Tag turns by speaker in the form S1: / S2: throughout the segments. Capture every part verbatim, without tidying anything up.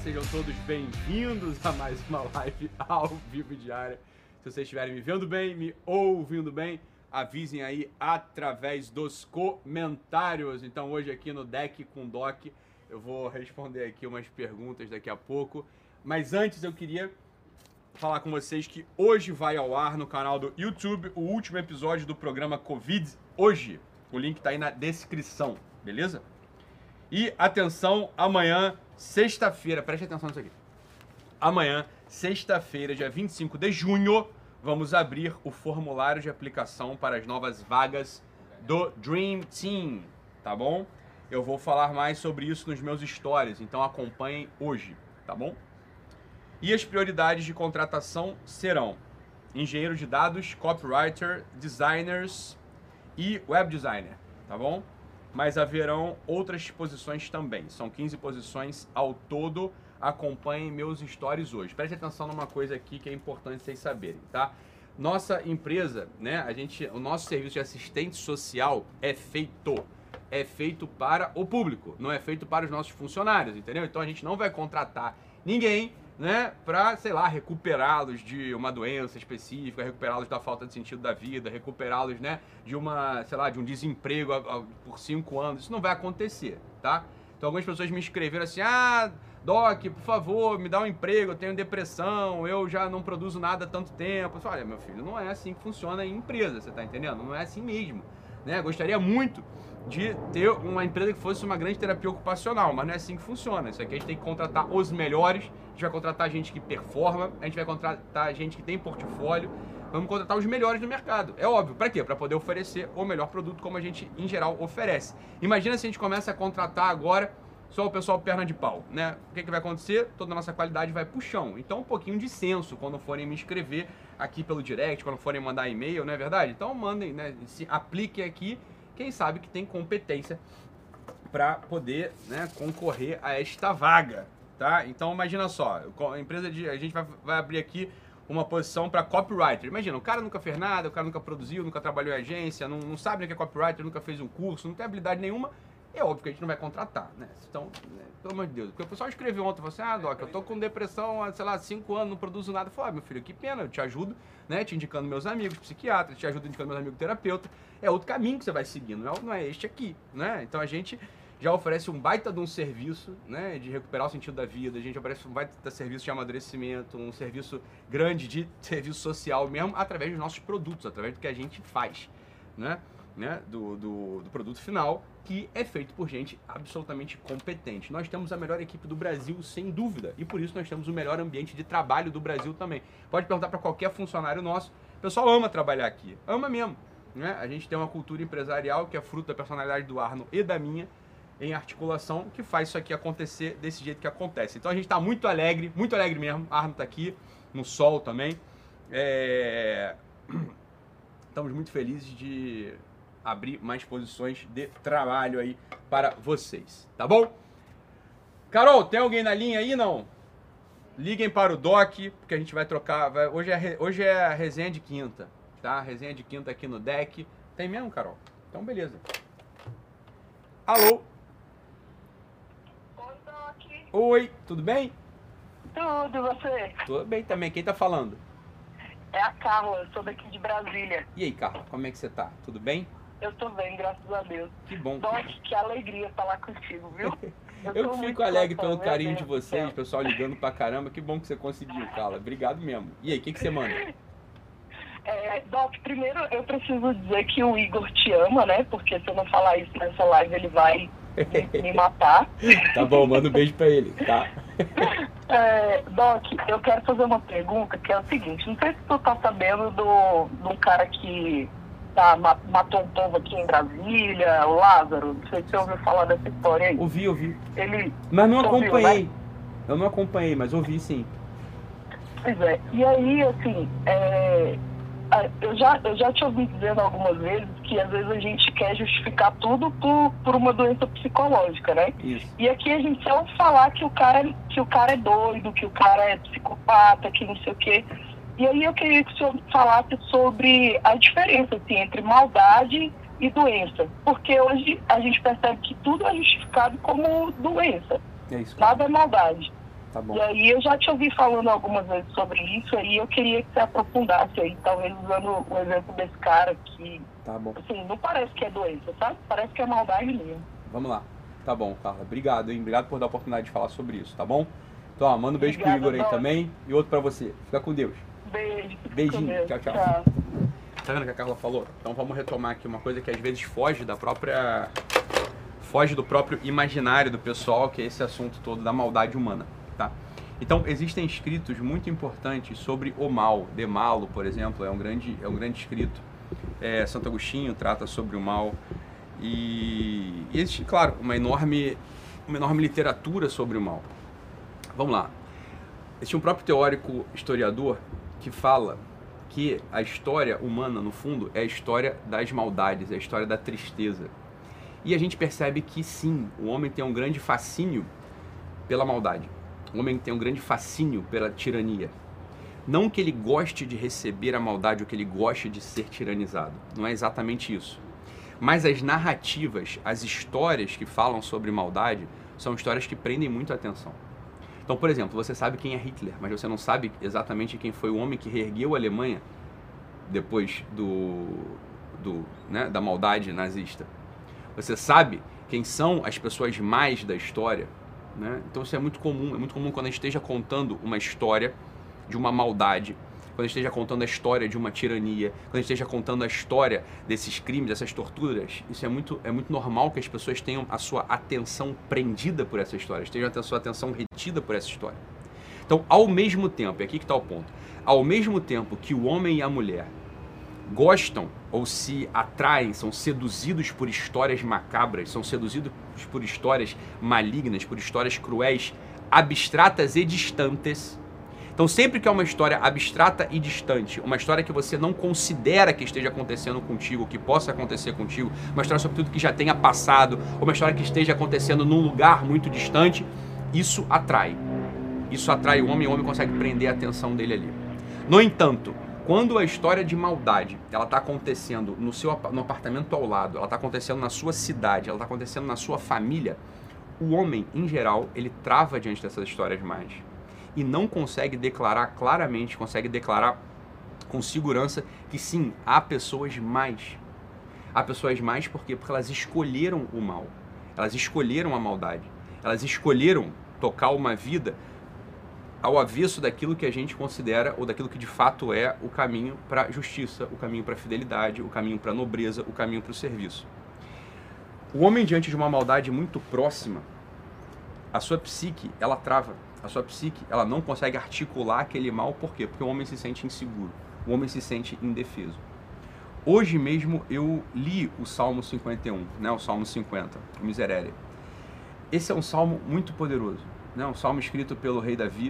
S1: sejam todos bem-vindos a mais uma live ao vivo diária. Se vocês estiverem me vendo bem, me ouvindo bem, avisem aí através dos comentários. Então hoje aqui no Deck com Doc, eu vou responder aqui umas perguntas daqui a pouco. Mas antes eu queria falar com vocês que hoje vai ao ar no canal do YouTube o último episódio do programa Covid hoje. O link tá aí na descrição, beleza? E atenção, amanhã, sexta-feira, preste atenção nisso aqui. Amanhã, sexta-feira, dia vinte e cinco de junho, vamos abrir o formulário de aplicação para as novas vagas do Dream Team, tá bom? Eu vou falar mais sobre isso nos meus stories, então acompanhem hoje, tá bom? E as prioridades de contratação serão engenheiro de dados, copywriter, designers e web designer, tá bom? Mas haverão outras posições também. São quinze posições ao todo. Acompanhem meus stories hoje. Preste atenção numa coisa aqui que é importante vocês saberem, tá? Nossa empresa, né, a gente, o nosso serviço de assistente social é feito, é feito para o público, não é feito para os nossos funcionários, entendeu? Então a gente não vai contratar ninguém, né, para, sei lá, recuperá-los de uma doença específica, recuperá-los da falta de sentido da vida, recuperá-los, né, de uma, sei lá, de um desemprego a, a, por cinco anos. Isso não vai acontecer, tá? Então algumas pessoas me escreveram assim: ah, Doc, por favor, me dá um emprego, eu tenho depressão, eu já não produzo nada há tanto tempo. Eu falei: olha, meu filho, não é assim que funciona em empresa, você tá entendendo? Não é assim mesmo, né? Gostaria muito de ter uma empresa que fosse uma grande terapia ocupacional, mas não é assim que funciona. Isso aqui a gente tem que contratar os melhores, a gente vai contratar gente que performa, a gente vai contratar gente que tem portfólio, vamos contratar os melhores do mercado. É óbvio, para quê? Para poder oferecer o melhor produto como a gente, em geral, oferece. Imagina se a gente começa a contratar agora só o pessoal perna de pau, né? O que, que vai acontecer? Toda a nossa qualidade vai pro chão. Então um pouquinho de senso quando forem me escrever aqui pelo direct, quando forem mandar e-mail, não é verdade? Então mandem, né? Se apliquem aqui. Quem sabe que tem competência para poder, né, concorrer a esta vaga, tá? Então imagina só, a empresa de, a gente vai, vai abrir aqui uma posição para copywriter. Imagina, o cara nunca fez nada, o cara nunca produziu, nunca trabalhou em agência, não, não sabe o que é copywriter, nunca fez um curso, não tem habilidade nenhuma. É óbvio que a gente não vai contratar, né? Então, né, pelo amor de Deus. Porque o pessoal escreveu ontem, falou assim: ah, Doc, eu tô com depressão há, sei lá, cinco anos, não produzo nada. Eu falei: ah, meu filho, que pena, eu te ajudo, né? Te indicando meus amigos psiquiatras, te ajudo indicando meus amigos terapeutas. É outro caminho que você vai seguindo, não é, não é este aqui, né? Então a gente já oferece um baita de um serviço, né? De recuperar o sentido da vida, a gente oferece um baita de serviço de amadurecimento, um serviço grande de serviço social mesmo, através dos nossos produtos, através do que a gente faz, né? Né? Do, do, do produto final, que é feito por gente absolutamente competente. Nós temos a melhor equipe do Brasil, sem dúvida, e por isso nós temos o melhor ambiente de trabalho do Brasil também. Pode perguntar para qualquer funcionário nosso, o pessoal ama trabalhar aqui, ama mesmo, né? A gente tem uma cultura empresarial que é fruto da personalidade do Arno e da minha, em articulação, que faz isso aqui acontecer desse jeito que acontece. Então a gente está muito alegre, muito alegre mesmo. A Arno está aqui, no sol também. É... Estamos muito felizes de abrir mais posições de trabalho aí para vocês, tá bom? Carol, tem alguém na linha aí, não? Liguem para o Doc, porque a gente vai trocar, vai, hoje, é, hoje é a resenha de quinta, tá? Resenha de quinta aqui no Deck. Tem mesmo, Carol? Então, beleza. Alô?
S2: Oi, Doc.
S1: Oi, tudo bem?
S2: Tudo, você?
S1: Tudo bem também, quem tá falando?
S2: É a Carla, eu sou daqui de Brasília.
S1: E aí, Carla, como é que você tá? Tudo bem?
S2: Eu tô bem, graças a Deus.
S1: Que bom.
S2: Doc, que alegria falar contigo, viu?
S1: Eu,
S2: Eu
S1: eu
S2: tô
S1: fico
S2: muito
S1: alegre
S2: contente,
S1: pelo
S2: meu
S1: carinho
S2: Deus
S1: de
S2: do
S1: vocês,
S2: céu.
S1: pessoal ligando pra caramba. Que bom que você conseguiu, Carla. Obrigado mesmo. E aí, o que, que você manda?
S2: É, Doc, primeiro eu preciso dizer que o Igor te ama, né? Porque se eu não falar isso nessa live, ele vai me, me matar.
S1: Tá bom, manda um beijo pra ele, tá?
S2: É, Doc, eu quero fazer uma pergunta que é o seguinte: não sei se tu tá sabendo do, de um cara que tá, matou um povo aqui em Brasília, o Lázaro. Não sei se você ouviu falar dessa história aí.
S1: Ouvi, ouvi.
S2: Ele
S1: Mas não
S2: ouviu,
S1: acompanhei.
S2: né?
S1: Eu não acompanhei, mas ouvi sim.
S2: Pois é. E aí, assim, é, eu, já, eu já te ouvi dizendo algumas vezes que às vezes a gente quer justificar tudo por, por uma doença psicológica, né?
S1: Isso.
S2: E aqui a gente só ouve falar que o cara, que o cara é doido, que o cara é psicopata, que não sei o quê. E aí eu queria que o senhor falasse sobre a diferença assim, entre maldade e doença. Porque hoje a gente percebe que tudo é justificado como doença.
S1: É isso.
S2: Nada é maldade.
S1: Tá bom.
S2: E aí eu já te ouvi falando algumas vezes sobre isso, aí eu queria que você aprofundasse aí, talvez usando o exemplo desse cara que,
S1: tá bom.
S2: assim, não parece que é doença, sabe? Parece que é maldade mesmo.
S1: Vamos lá. Tá bom, Carla. Obrigado, hein? Obrigado por dar a oportunidade de falar sobre isso, tá bom? Então, ó, manda um beijo
S2: Obrigada,
S1: pro Igor aí
S2: Doc.
S1: também e outro pra você. Fica com Deus.
S2: Beijo.
S1: Beijinho.
S2: Deus.
S1: Tchau, tchau.
S2: Tchau.
S1: Tá vendo o que a Carla falou? Então vamos retomar aqui uma coisa que às vezes foge da própria... foge do próprio imaginário do pessoal, que é esse assunto todo da maldade humana, tá? Então, existem escritos muito importantes sobre o mal. De Malo, por exemplo, é um grande, é um grande escrito. É, Santo Agostinho trata sobre o mal. E, e existe, claro, uma enorme, uma enorme literatura sobre o mal. Vamos lá. Existe um próprio teórico historiador que fala que a história humana, no fundo, é a história das maldades, é a história da tristeza. E a gente percebe que sim, o homem tem um grande fascínio pela maldade. O homem tem um grande fascínio pela tirania. Não que ele goste de receber a maldade ou que ele goste de ser tiranizado. Não é exatamente isso. Mas as narrativas, as histórias que falam sobre maldade, são histórias que prendem muito a atenção. Então, por exemplo, você sabe quem é Hitler, mas você não sabe exatamente quem foi o homem que reergueu a Alemanha depois do, do, né, da maldade nazista. Você sabe quem são as pessoas más da história, né? Então isso é muito comum, é muito comum quando a gente esteja contando uma história de uma maldade, quando a gente esteja contando a história de uma tirania, quando a gente esteja contando a história desses crimes, dessas torturas. Isso é muito, é muito normal que as pessoas tenham a sua atenção prendida por essa história, tenham a sua atenção retida por essa história. Então, ao mesmo tempo, é aqui que está o ponto, ao mesmo tempo que o homem e a mulher gostam ou se atraem, são seduzidos por histórias macabras, são seduzidos por histórias malignas, por histórias cruéis, abstratas e distantes. Então sempre que é uma história abstrata e distante, uma história que você não considera que esteja acontecendo contigo, que possa acontecer contigo, uma história sobretudo que já tenha passado, ou uma história que esteja acontecendo num lugar muito distante, isso atrai. Isso atrai o homem, o homem consegue prender a atenção dele ali. No entanto, quando a história de maldade ela está acontecendo no seu no apartamento ao lado, ela está acontecendo na sua cidade, ela está acontecendo na sua família, o homem, em geral, ele trava diante dessas histórias mais e não consegue declarar claramente, consegue declarar com segurança que sim, há pessoas mais. Há pessoas mais por quê? Porque elas escolheram o mal, elas escolheram a maldade, elas escolheram tocar uma vida ao avesso daquilo que a gente considera, ou daquilo que de fato é o caminho para a justiça, o caminho para a fidelidade, o caminho para a nobreza, o caminho para o serviço. O homem, diante de uma maldade muito próxima, a sua psique, ela trava. A sua psique, ela não consegue articular aquele mal. Por quê? Porque o homem se sente inseguro, o homem se sente indefeso. Hoje mesmo eu li o Salmo cinquenta e um, né? O Salmo cinquenta, o Miserere. Esse é um salmo muito poderoso, né? Um salmo escrito pelo rei Davi,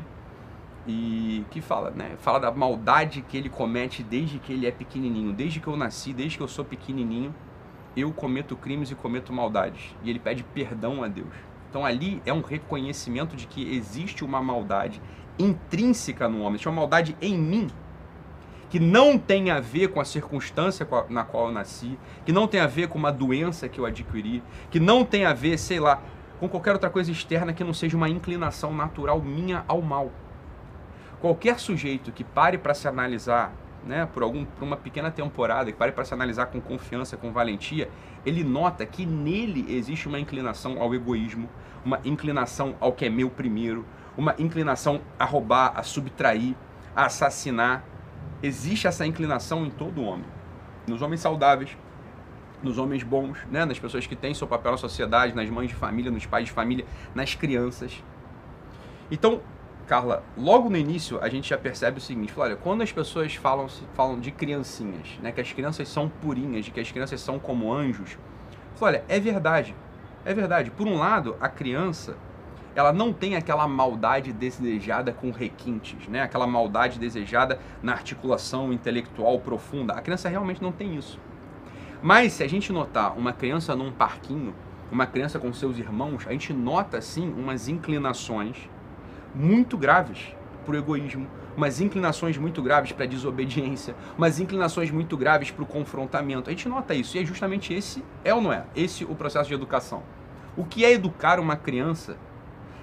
S1: e que fala, né? Fala da maldade que ele comete desde que ele é pequenininho. Desde que eu nasci, desde que eu sou pequenininho, eu cometo crimes e cometo maldades. E ele pede perdão a Deus. Então ali é um reconhecimento de que existe uma maldade intrínseca no homem. Existe uma maldade em mim, que não tem a ver com a circunstância na qual eu nasci, que não tem a ver com uma doença que eu adquiri, que não tem a ver, sei lá, com qualquer outra coisa externa que não seja uma inclinação natural minha ao mal. Qualquer sujeito que pare para se analisar, né, por, algum, por uma pequena temporada, que pare para se analisar com confiança, com valentia, ele nota que nele existe uma inclinação ao egoísmo, uma inclinação ao que é meu primeiro, uma inclinação a roubar, a subtrair, a assassinar. Existe essa inclinação em todo homem, nos homens saudáveis, nos homens bons, né, nas pessoas que têm seu papel na sociedade, nas mães de família, nos pais de família, nas crianças. Então, Carla, logo no início a gente já percebe o seguinte, olha, quando as pessoas falam, falam de criancinhas, né, que as crianças são purinhas, de que as crianças são como anjos, olha, é verdade, é verdade. Por um lado, a criança, ela não tem aquela maldade desejada com requintes, né, aquela maldade desejada na articulação intelectual profunda. A criança realmente não tem isso. Mas se a gente notar uma criança num parquinho, uma criança com seus irmãos, a gente nota sim umas inclinações muito graves para o egoísmo, umas inclinações muito graves para a desobediência, umas inclinações muito graves para o confrontamento. A gente nota isso, e é justamente esse, é ou não é? Esse o processo de educação. O que é educar uma criança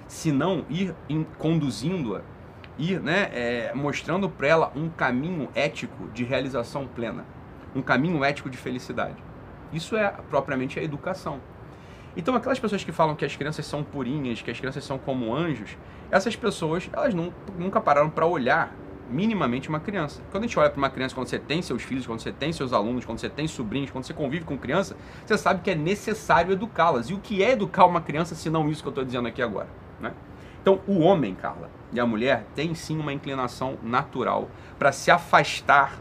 S1: senão ir conduzindo-a, ir né, é, mostrando para ela um caminho ético de realização plena, um caminho ético de felicidade. Isso é propriamente a educação. Então aquelas pessoas que falam que as crianças são purinhas, que as crianças são como anjos, essas pessoas, elas não, nunca pararam para olhar minimamente uma criança. Quando a gente olha para uma criança, quando você tem seus filhos, quando você tem seus alunos, quando você tem sobrinhos, quando você convive com criança, você sabe que é necessário educá-las. E o que é educar uma criança, se não isso que eu estou dizendo aqui agora, né? Então, o homem, Carla, e a mulher têm sim uma inclinação natural para se afastar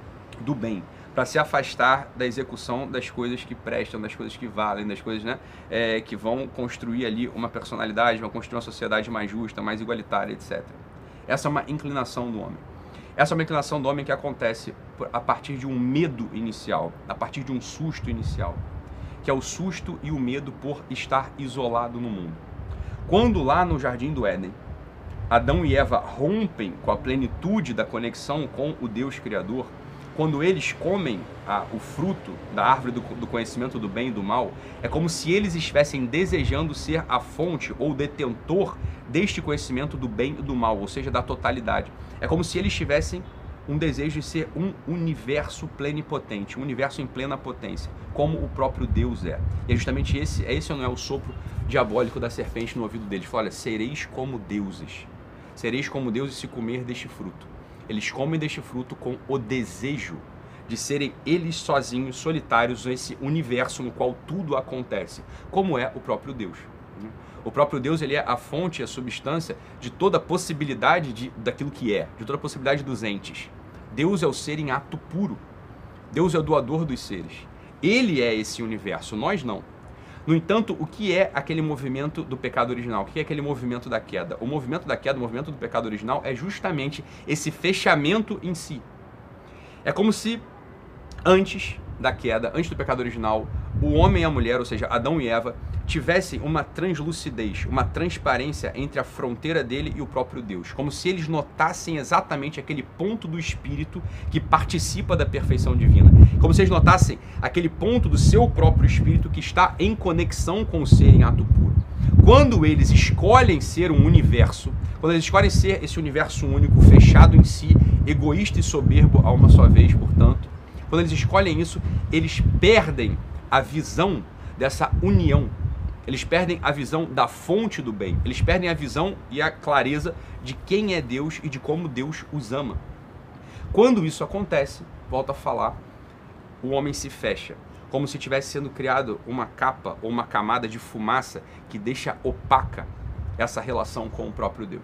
S1: do bem, para se afastar da execução das coisas que prestam, das coisas que valem, das coisas né, é, que vão construir ali uma personalidade, vão construir uma sociedade mais justa, mais igualitária, etcétera. Essa é uma inclinação do homem. Essa é uma inclinação do homem que acontece a partir de um medo inicial, a partir de um susto inicial, que é o susto e o medo por estar isolado no mundo. Quando lá no Jardim do Éden, Adão e Eva rompem com a plenitude da conexão com o Deus Criador, quando eles comem a, o fruto da árvore do, do conhecimento do bem e do mal, é como se eles estivessem desejando ser a fonte ou detentor deste conhecimento do bem e do mal, ou seja, da totalidade. É como se eles tivessem um desejo de ser um universo plenipotente, um universo em plena potência, como o próprio Deus é. E é justamente esse, esse não é o sopro diabólico da serpente no ouvido deles. Fala, olha, sereis como deuses. Sereis como deuses se comer deste fruto. Eles comem deste fruto com o desejo de serem eles sozinhos, solitários, nesse universo no qual tudo acontece, como é o próprio Deus. O próprio Deus, ele é a fonte, a substância de toda a possibilidade de, daquilo que é, de toda a possibilidade dos entes. Deus é o ser em ato puro. Deus é o doador dos seres. Ele é esse universo, nós não. No entanto, o que é aquele movimento do pecado original? O que é aquele movimento da queda? O movimento da queda, o movimento do pecado original é justamente esse fechamento em si. É como se antes da queda, antes do pecado original, o homem e a mulher, ou seja, Adão e Eva, tivessem uma translucidez, uma transparência entre a fronteira dele e o próprio Deus. Como se eles notassem exatamente aquele ponto do espírito que participa da perfeição divina. Como se eles notassem aquele ponto do seu próprio espírito que está em conexão com o ser em ato puro. Quando eles escolhem ser um universo, quando eles escolhem ser esse universo único, fechado em si, egoísta e soberbo a uma só vez, portanto, quando eles escolhem isso, eles perdem a visão dessa união. Eles perdem a visão da fonte do bem. Eles perdem a visão e a clareza de quem é Deus e de como Deus os ama. Quando isso acontece, volto a falar, o homem se fecha. Como se tivesse sendo criado uma capa ou uma camada de fumaça que deixa opaca essa relação com o próprio Deus.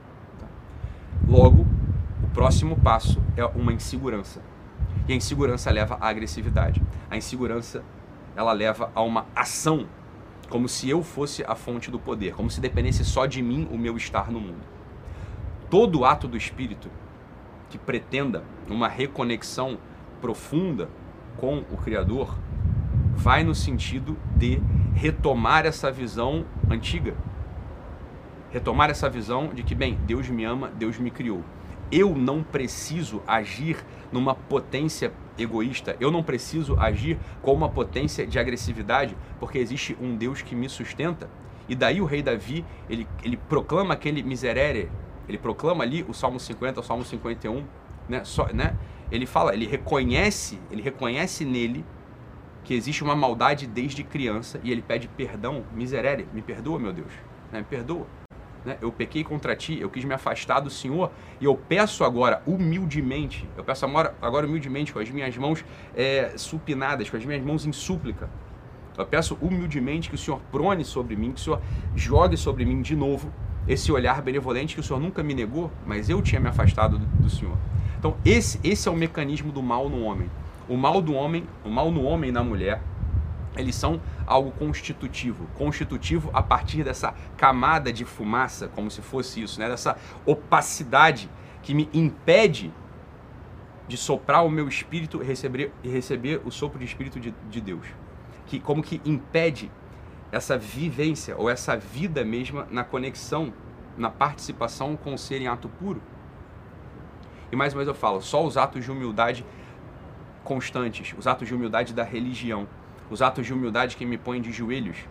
S1: Logo, o próximo passo é uma insegurança. E a insegurança leva à agressividade. A insegurança, ela leva a uma ação, como se eu fosse a fonte do poder, como se dependesse só de mim o meu estar no mundo. Todo ato do Espírito que pretenda uma reconexão profunda com o Criador vai no sentido de retomar essa visão antiga. Retomar essa visão de que, bem, Deus me ama, Deus me criou. Eu não preciso agir numa potência egoísta, eu não preciso agir com uma potência de agressividade, porque existe um Deus que me sustenta. E daí o rei Davi, ele, ele proclama aquele miserere, ele proclama ali o Salmo cinquenta, o Salmo cinquenta e um, né? Só, né? Ele fala, ele reconhece, ele reconhece nele que existe uma maldade desde criança e ele pede perdão, miserere, me perdoa, meu Deus, né? Me perdoa. Né? Eu pequei contra ti, eu quis me afastar do Senhor e eu peço agora humildemente, eu peço agora, agora humildemente com as minhas mãos é, supinadas, com as minhas mãos em súplica, eu peço humildemente que o Senhor prone sobre mim, que o Senhor jogue sobre mim de novo esse olhar benevolente que o Senhor nunca me negou, mas eu tinha me afastado do, do Senhor. Então esse, esse é o mecanismo do mal no homem. O mal do homem, o mal no homem e na mulher, eles são algo constitutivo, constitutivo a partir dessa camada de fumaça, como se fosse isso, né? Dessa opacidade que me impede de soprar o meu espírito e receber, e receber o sopro de espírito de, de Deus. Que, como que impede essa vivência ou essa vida mesma na conexão, na participação com o ser em ato puro. E mais uma vez eu falo, só os atos de humildade constantes, os atos de humildade da religião, os atos de humildade que me põem de joelhos,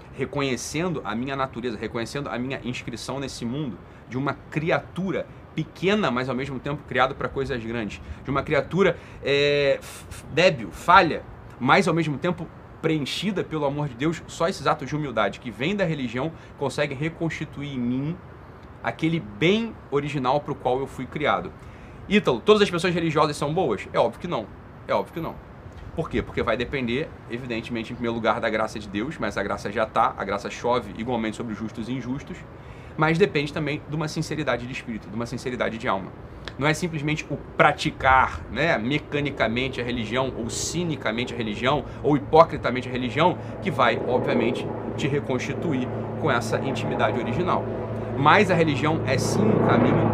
S1: reconhecendo a minha natureza, reconhecendo a minha inscrição nesse mundo de uma criatura pequena, mas ao mesmo tempo criada para coisas grandes, de uma criatura é, débil, falha, mas ao mesmo tempo preenchida pelo amor de Deus. Só esses atos de humildade que vêm da religião conseguem reconstituir em mim aquele bem original para o qual eu fui criado. Ítalo, todas as pessoas religiosas são boas? É óbvio que não. É óbvio que não. Por quê? Porque vai depender, evidentemente, em primeiro lugar, da graça de Deus, mas a graça já está, a graça chove igualmente sobre justos e injustos, mas depende também de uma sinceridade de espírito, de uma sinceridade de alma. Não é simplesmente o praticar, né, mecanicamente a religião, ou cinicamente a religião, ou hipocritamente a religião, que vai, obviamente, te reconstituir com essa intimidade original. Mas a religião é sim um caminho,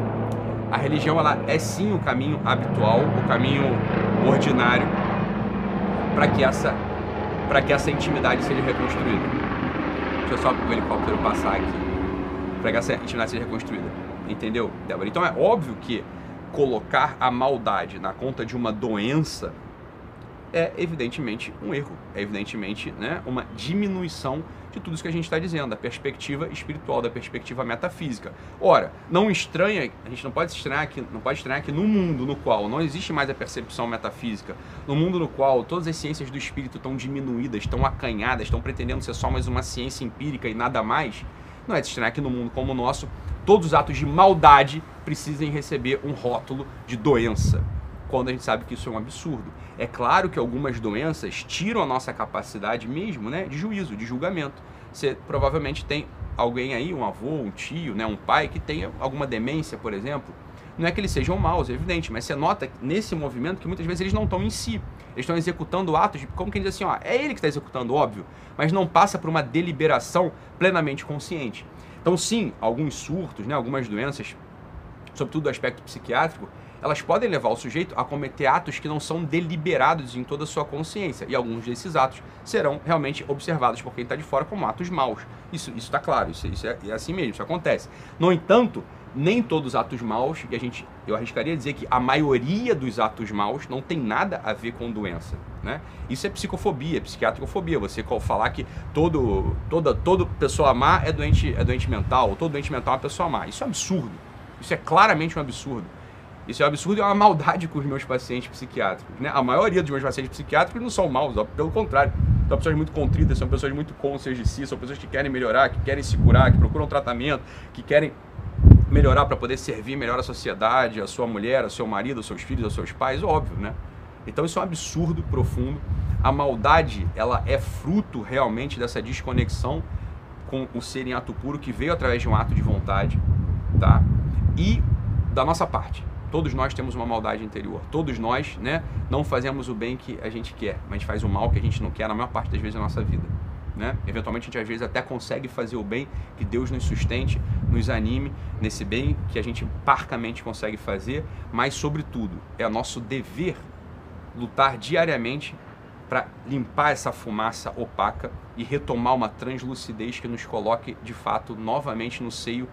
S1: a religião ela é sim o caminho habitual, o caminho ordinário, para que essa, para que essa intimidade seja reconstruída. Deixa eu só o helicóptero passar aqui, para que essa intimidade seja reconstruída. Entendeu, Débora? Então é óbvio que colocar a maldade na conta de uma doença é evidentemente um erro, é evidentemente, né, uma diminuição de tudo isso que a gente está dizendo, da perspectiva espiritual, da perspectiva metafísica. Ora, não estranha, a gente não pode estranhar que, não pode estranhar que no mundo no qual não existe mais a percepção metafísica, no mundo no qual todas as ciências do espírito estão diminuídas, estão acanhadas, estão pretendendo ser só mais uma ciência empírica e nada mais, não é de estranhar que no mundo como o nosso, todos os atos de maldade precisem receber um rótulo de doença, quando a gente sabe que isso é um absurdo. É claro que algumas doenças tiram a nossa capacidade mesmo, né, de juízo, de julgamento. Você provavelmente tem alguém aí, um avô, um tio, né, um pai que tenha alguma demência, por exemplo. Não é que eles sejam maus, é evidente, mas você nota nesse movimento que muitas vezes eles não estão em si. Eles estão executando atos de, como quem diz assim, ó, é ele que está executando, óbvio, mas não passa por uma deliberação plenamente consciente. Então sim, alguns surtos, né, algumas doenças, sobretudo do aspecto psiquiátrico, elas podem levar o sujeito a cometer atos que não são deliberados em toda a sua consciência. E alguns desses atos serão realmente observados por quem está de fora como atos maus. Isso está claro, isso, isso é, é assim mesmo, isso acontece. No entanto, nem todos os atos maus, e a gente, eu arriscaria dizer que a maioria dos atos maus não tem nada a ver com doença, né? Isso é psicofobia, é psiquiatrofobia. Você falar que todo, toda, toda pessoa má é doente, é doente mental, ou todo doente mental é uma pessoa má. Isso é um absurdo. Isso é claramente um absurdo. Isso é um absurdo e é uma maldade com os meus pacientes psiquiátricos, né? A maioria dos meus pacientes psiquiátricos não são maus, ó, pelo contrário. São pessoas muito contritas, são pessoas muito cônscias de si, são pessoas que querem melhorar, que querem se curar, que procuram tratamento, que querem melhorar para poder servir melhor a sociedade, a sua mulher, a seu marido, aos seus filhos, aos seus pais, óbvio, né? Então isso é um absurdo profundo. A maldade, ela é fruto realmente dessa desconexão com o ser em ato puro que veio através de um ato de vontade, tá? E da nossa parte. Todos nós temos uma maldade interior. Todos nós, né, não fazemos o bem que a gente quer, mas faz o mal que a gente não quer na maior parte das vezes da nossa vida, né? Eventualmente a gente às vezes até consegue fazer o bem, que Deus nos sustente, nos anime nesse bem que a gente parcamente consegue fazer, mas sobretudo é nosso dever lutar diariamente para limpar essa fumaça opaca e retomar uma translucidez que nos coloque de fato novamente no seio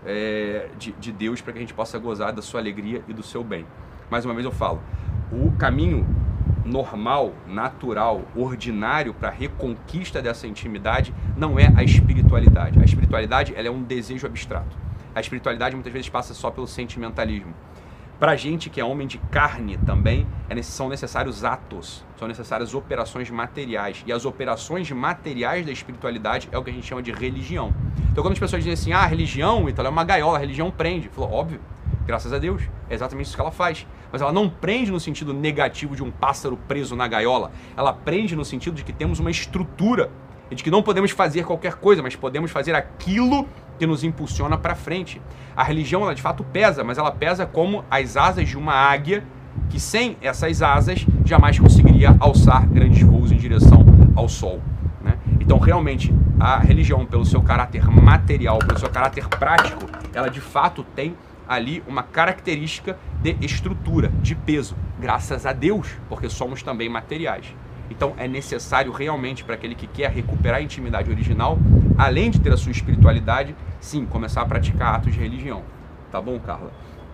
S1: É, de, de Deus, para que a gente possa gozar da sua alegria e do seu bem. Mais uma vez eu falo, o caminho normal, natural, ordinário para a reconquista dessa intimidade não é a espiritualidade. A espiritualidade, ela é um desejo abstrato. A espiritualidade muitas vezes passa só pelo sentimentalismo. Para a gente que é homem de carne também, é, são necessários atos, são necessárias operações materiais. E as operações materiais da espiritualidade é o que a gente chama de religião. Então quando as pessoas dizem assim, ah, a religião, então é uma gaiola, a religião prende. Falou, óbvio, graças a Deus, é exatamente isso que ela faz. Mas ela não prende no sentido negativo de um pássaro preso na gaiola. Ela prende no sentido de que temos uma estrutura e de que não podemos fazer qualquer coisa, mas podemos fazer aquilo que nos impulsiona para frente. A religião, ela de fato pesa, mas ela pesa como as asas de uma águia que sem essas asas jamais conseguiria alçar grandes voos em direção ao sol, né? Então realmente a religião, pelo seu caráter material, pelo seu caráter prático, ela de fato tem ali uma característica de estrutura, de peso, graças a Deus, porque somos também materiais. Então é necessário realmente para aquele que quer recuperar a intimidade original, além de ter a sua espiritualidade, sim, começar a praticar atos de religião. Tá bom, Carla?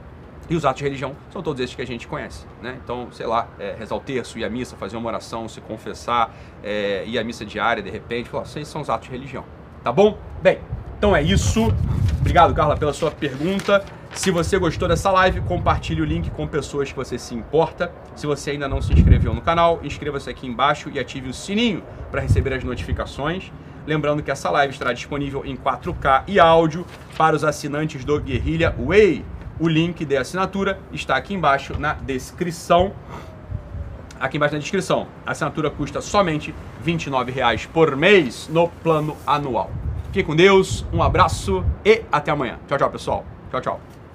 S1: E os atos de religião são todos esses que a gente conhece, né? Então, sei lá, é, rezar o terço, ir à missa, fazer uma oração, se confessar, é, ir à missa diária, de repente, pô, esses são os atos de religião, tá bom? Bem, então é isso. Obrigado, Carla, pela sua pergunta. Se você gostou dessa live, compartilhe o link com pessoas que você se importa. Se você ainda não se inscreveu no canal, inscreva-se aqui embaixo e ative o sininho para receber as notificações. Lembrando que essa live estará disponível em quatro K e áudio para os assinantes do Guerrilha Way. O link de assinatura está aqui embaixo na descrição. Aqui embaixo na descrição. A assinatura custa somente vinte e nove reais por mês no plano anual. Fique com Deus, um abraço e até amanhã. Tchau, tchau, pessoal. Tchau, tchau.